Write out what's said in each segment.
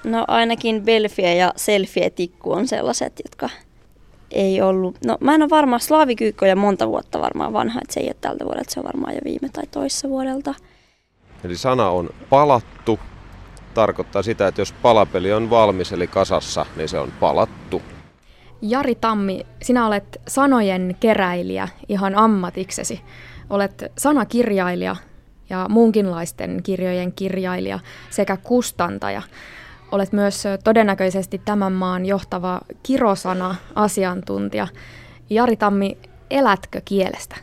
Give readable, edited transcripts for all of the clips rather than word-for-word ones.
No ainakin Belfie ja Selfie-tikku on sellaiset, jotka ei ollut. No mä en ole varmaan, Slaavikyykky ja monta vuotta varmaan vanha, että se ei ole tältä vuodelta, se on varmaan jo viime tai toissa vuodelta. Eli sana on palattu. Tarkoittaa sitä, että jos palapeli on valmis eli kasassa, niin se on palattu. Jari Tammi, sinä olet sanojen keräilijä ihan ammatiksesi. Olet sanakirjailija ja muunkinlaisten kirjojen kirjailija sekä kustantaja. Olet myös todennäköisesti tämän maan johtava kirosana-asiantuntija. Jari Tammi, elätkö kielestä?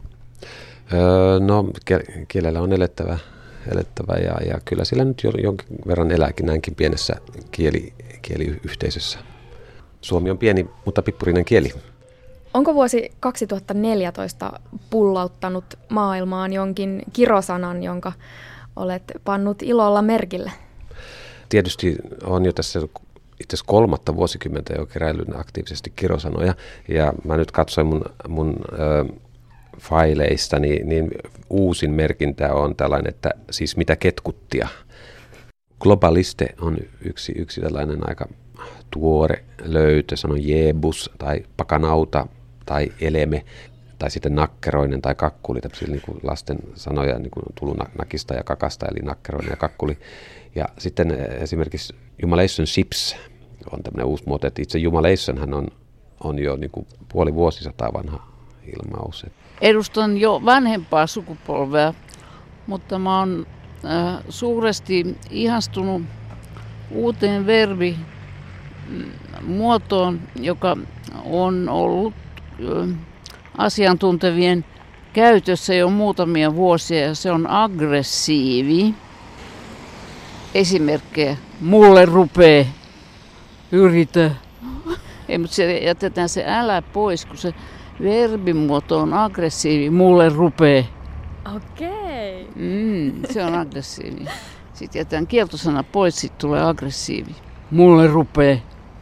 No, kielellä on elettävä ja kyllä sillä nyt jonkin verran elääkin näinkin pienessä kieliyhteisössä. Suomi on pieni, mutta pippurinen kieli. Onko vuosi 2014 pullauttanut maailmaan jonkin kirosanan, jonka olet pannut ilolla merkille? Tietysti on jo tässä itse asiassa 3. vuosikymmentä jo keräilyn aktiivisesti kirosanoja. Ja mä nyt katsoin mun faileista, niin uusin merkintä on tällainen, että siis mitä ketkuttia. Globaliste on yksi tällainen aika tuore löytö, sanon jeebus tai pakanauta tai eleme tai sitten nakkeroinen tai kakkuli, tämmöisiä niin kuin lasten sanoja niin kuin tullut nakista ja kakasta, eli nakkeroinen ja kakkuli. Ja sitten esimerkiksi jumalation ships on tämmöinen uusi muoto, että itse jumalationhan on jo niin kuin puoli vuosisataa vanha ilmaus. Edustan jo vanhempaa sukupolvea, mutta mä oon suuresti ihastunut uuteen verbimuotoon, joka on ollut asiantuntevien käytössä jo muutamia vuosia, ja se on aggressiivi. Esimerkkejä. Mulle rupee. Yritä. Ei, mutta jätetään se älä pois, kun se verbimuoto on aggressiivi. Mulle rupee. Okei. Se on aggressiivi. Sitten jätetään kieltosana pois, sitten tulee aggressiivi. Mulle rupee.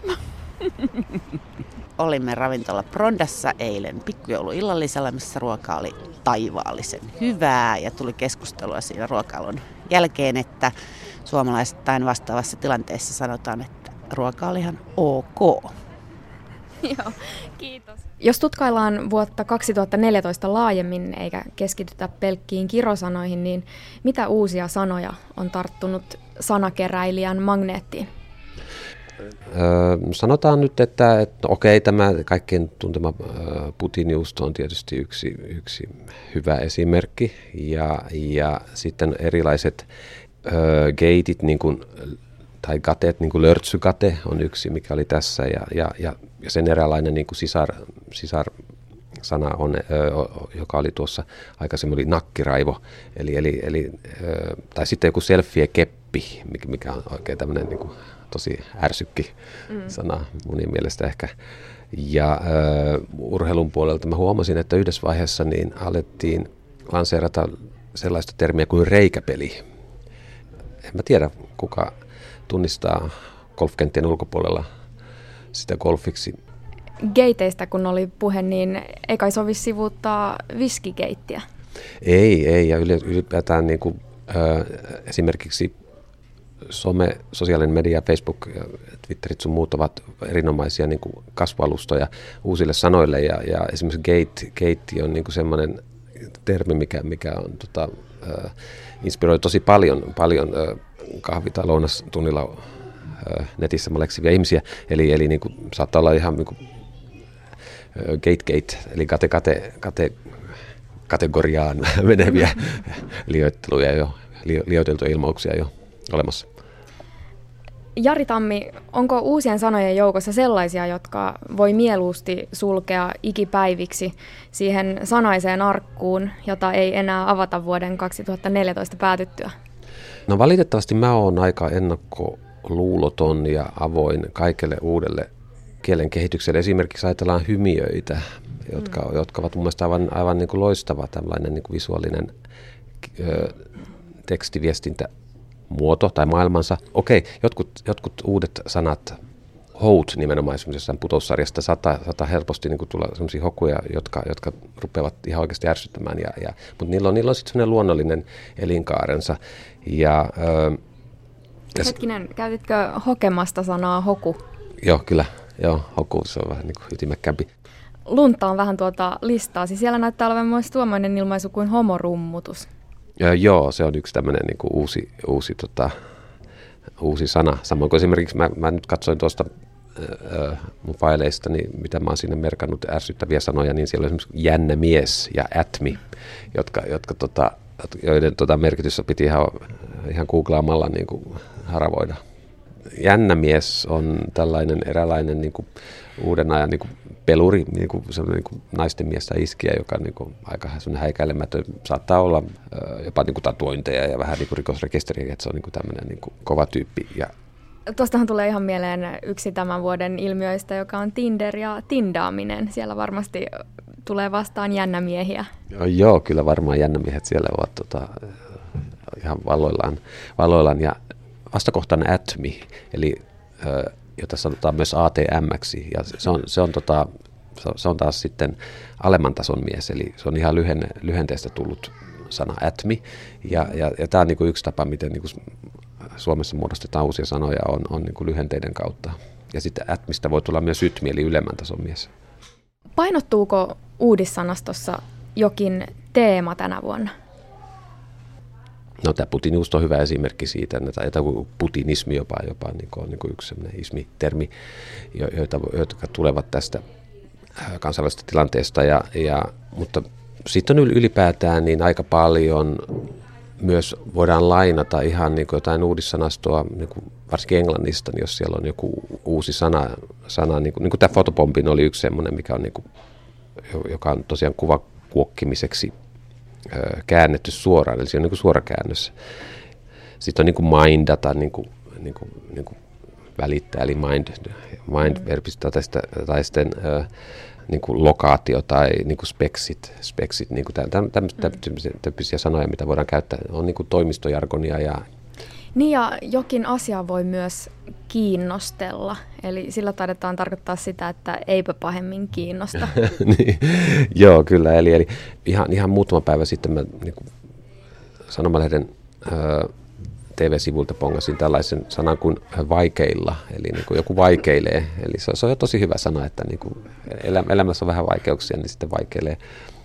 Olimme ravintola Prondassa eilen pikkujouluillallisella, missä ruoka oli taivaallisen hyvää ja tuli keskustelua siinä ruokailun jälkeen, että suomalaisittain vastaavassa tilanteessa sanotaan, että ruoka oli ihan ok. Joo, kiitos. Jos tutkaillaan vuotta 2014 laajemmin eikä keskitytä pelkkiin kirosanoihin, niin mitä uusia sanoja on tarttunut sanakeräilijän magneettiin? Sanotaan nyt, että okei, tämä kaikkien tuntema Putin-juusto on tietysti yksi hyvä esimerkki. Ja sitten erilaiset geitit, niin kuin, tai gateet, niin kuin lörtsykate on yksi, mikä oli tässä. Ja sen eräänlainen niin kuin sisarsana on, joka oli tuossa aikaisemmin, oli nakkiraivo. Tai sitten joku selfie-keppi, mikä on oikein tämmöinen niin kuin tosi ärsykki sana mun mielestä ehkä. Ja urheilun puolelta mä huomasin, että yhdessä vaiheessa niin alettiin lanseerata sellaista termiä kuin reikäpeli. En mä tiedä, kuka tunnistaa golfkenttien ulkopuolella sitä golfiksi. Geiteistä kun oli puhe, niin ei kai sovi sivuuttaa viskigeittiä? Ei, ja ylipäätään niin kuin, esimerkiksi sosiaalinen media, Facebook, Twitterit sun muut ovat erinomaisia niin kuin kasvualustoja uusille sanoille, ja esimerkiksi geitti on niin kuin semmoinen termi, mikä on inspiroi tosi paljon kahvi- tai lounastunnilla netissä maleksivia ihmisiä, eli niin kuin, saattaa olla ihan niin kuin, gate, eli kategoriaan meneviä liioitteluja jo, liioiteltuja ilmauksia jo olemassa. Jari Tammi, onko uusien sanojen joukossa sellaisia, jotka voi mieluusti sulkea ikipäiviksi siihen sanaiseen arkkuun, jota ei enää avata vuoden 2014 päätyttyä? No valitettavasti mä oon aika ennakkoluuloton ja avoin kaikelle uudelle kielen kehitykselle. Esimerkiksi ajatellaan hymiöitä, jotka ovat mun mielestä aivan niin kuin loistava tällainen niin kuin visuaalinen tekstiviestintämuoto tai maailmansa. Okei, jotkut uudet sanat, hout nimenomaan esimerkiksi jossain putoussarjasta saattaa helposti niin kuin tulla sellaisia hokuja, jotka rupeavat ihan oikeasti ärsyttämään, mutta niillä on sitten sellainen luonnollinen elinkaarensa. Ja Hetkinen, käytitkö hokemasta sanaa hoku? Joo, kyllä. Joo, hoku, se on vähän niin kuin ytimekkäämpi. Luntaan vähän tuota listaasi. Siellä näyttää olevan myös tuommoinen ilmaisu kuin homorummutus. Joo, se on yksi tämmöinen niin kuin uusi sana. Samoin kuin esimerkiksi mä nyt katsoin tuosta mun faileista, niin mitä mä oon sinne merkannut ärsyttäviä sanoja, niin siellä on esimerkiksi jännä mies ja ätmi, joiden merkitystä piti ihan googlaamalla niin kuin haravoida. Jännä mies on tällainen eräänlainen niin kuin uuden ajan niin kuin peluri, niin kuin sellainen niin kuin naisten mies tai iskiä, joka niin kuin aika häikäilemätön, saattaa olla jopa niin kuin tatuointeja ja vähän niin kuin rikosrekisteriä, että se on niin kuin tämmöinen niin kuin kova tyyppi. Ja tuostahan tulee ihan mieleen yksi tämän vuoden ilmiöistä, joka on Tinder ja tindaaminen. Siellä varmasti tulee vastaan jännämiehiä. Joo, kyllä varmaan jännämiehet siellä ovat ihan valloillaan. Ja vastakohtana ATMI, eli jota sanotaan myös ATM:ksi, ja se on taas sitten alemman tason mies, eli se on ihan lyhenteestä tullut sana ATMI, ja tämä on niin kuin yksi tapa, miten niin kuin Suomessa muodostetaan uusia sanoja, on niin kuin lyhenteiden kautta. Ja sitten ATMistä voi tulla myös YTMI, eli ylemmän tason mies. Painottuuko uudissanastossa jokin teema tänä vuonna? No tämä putinius on hyvä esimerkki siitä, että putinismi jopa on niin kuin yksi sellainen ismitermi, jotka tulevat tästä kansainvälisestä tilanteesta. Mutta sitten on ylipäätään niin aika paljon myös voidaan lainata ihan niin kuin jotain uudissanastoa, niin kuin varsinkin englannista, niin jos siellä on joku uusi sana niin kuin tämä fotopompin oli yksi semmoinen, mikä on niin kuin, joka on tosiaan kuvakuokkimiseksi käännetty suoraan, eli se on niin kuin suora käännös. Sitten on niin kuin mindata, niin kuin välittää, eli mind-verbistä tai sitten niin kuin lokaatio tai niin kuin speksit niin kuin tämmöisiä sanoja, mitä voidaan käyttää, on niin kuin toimistojargonia. Niin ja jokin asia voi myös kiinnostella, eli sillä taidetaan tarkoittaa sitä, että eipä pahemmin kiinnosta. Niin, joo, kyllä, eli ihan muutama päivä sitten mä niin kuin Sanomalehden TV-sivulta pongasin tällaisen sanan kuin vaikeilla, eli niin kuin joku vaikeilee, eli se on jo tosi hyvä sana, että niin kuin elämässä on vähän vaikeuksia, niin sitten vaikeilee,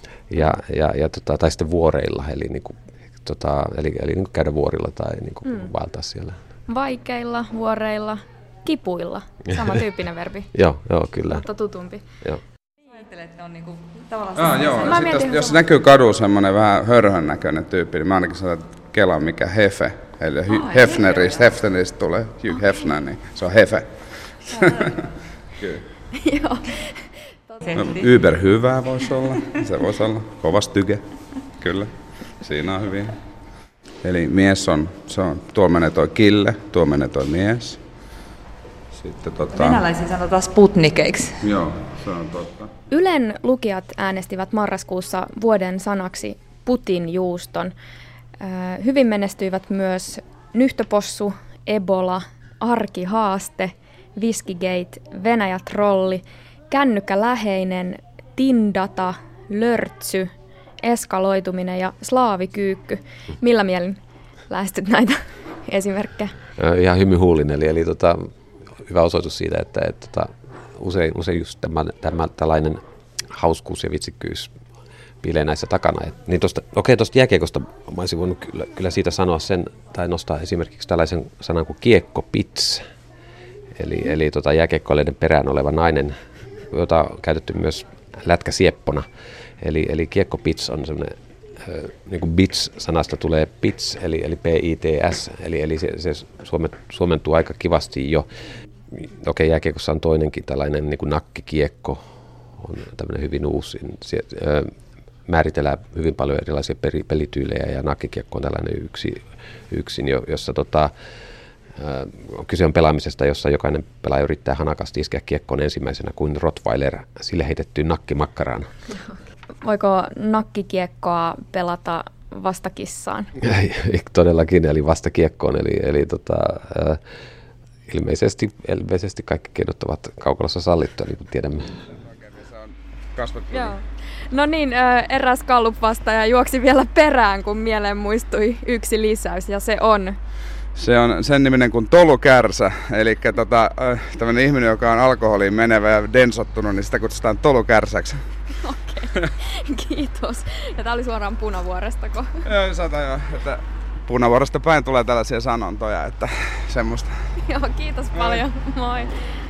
tai sitten vuoreilla, eli niin kuin eli niin kuin käydä vuorilla tai niin kuin vaeltaa siellä. Vaikeilla, vuoreilla, kipuilla. Sama tyyppinen verbi. Joo, kyllä. Mutta tutumpi. Joo. Ajattelet, että on niinku tavallaan joo. Jos näkyy kadulla semmoinen vähän hörhön näköinen tyyppi, niin mä ainakin sanon, että Kela mikä Hefe. Eli Hefneristä tulee Hugh Hefner, niin se on Hefe. Kyllä. Joo. Uber hyvää voisi olla. Se voisi olla. Kovas tyke. Kyllä. Siinä on hyvin. Eli mies on, tuolla menee toi kille, tuolla menee toi mies. Sitten venäläisiä sanotaan sputnikeiksi. Joo, se on totta. Ylen lukijat äänestivät marraskuussa vuoden sanaksi putinjuuston. Hyvin menestyivät myös nyhtöpossu, Ebola, arkihaaste, Whiskygate, Venäjä-trolli, kännykkäläheinen, tindata, lörtsy, eskaloituminen ja slaavikyykky. Millä mielin lähestyt näitä esimerkkejä? Ihan hymyhuulinen, eli hyvä osoitus siitä, että usein just tämä tällainen hauskuus ja vitsikkyys piilee näissä takana. Niin tuosta jääkiekosta mä olisin voinut kyllä siitä sanoa sen, tai nostaa esimerkiksi tällaisen sanan kuin kiekkopits. Eli jääkiekkoilijoiden perään oleva nainen, jota on käytetty myös lätkäsieppona. Eli kiekkopits on semmoinen, niin kuin bits-sanasta tulee pits, eli P-I-T-S, eli se suomentuu aika kivasti jo. Okei, jääkiekossa on toinenkin tällainen niin kuin nakkikiekko, on tämmöinen hyvin uusi. Määritellään hyvin paljon erilaisia pelityylejä, ja nakkikiekko on tällainen yksin, jossa kyse on pelaamisesta, jossa jokainen pelaaja yrittää hanakasti iskeä kiekkoon ensimmäisenä kuin Rottweiler sille heitettyyn nakkimakkaraan. Voiko nakkikiekkoa pelata vastakissaan? Todellakin, eli vastakiekkoon. Eli ilmeisesti kaikki keinot ovat kaukalossa sallittuja, niin kuin tiedämme. Joo. No niin, eräs Gallup-vastaaja juoksi vielä perään, kun mieleen muistui yksi lisäys, ja se on? Se on sen niminen kuin tolukärsä, eli tämmöinen ihminen, joka on alkoholiin menevä ja densottunut, niin sitä kutsutaan tolukärsäksi. Okei, kiitos. Ja tää oli suoraan Punavuorestako? Joo, että Punavuoresta päin tulee tällaisia sanontoja, että semmoista. Joo, kiitos paljon. Moi.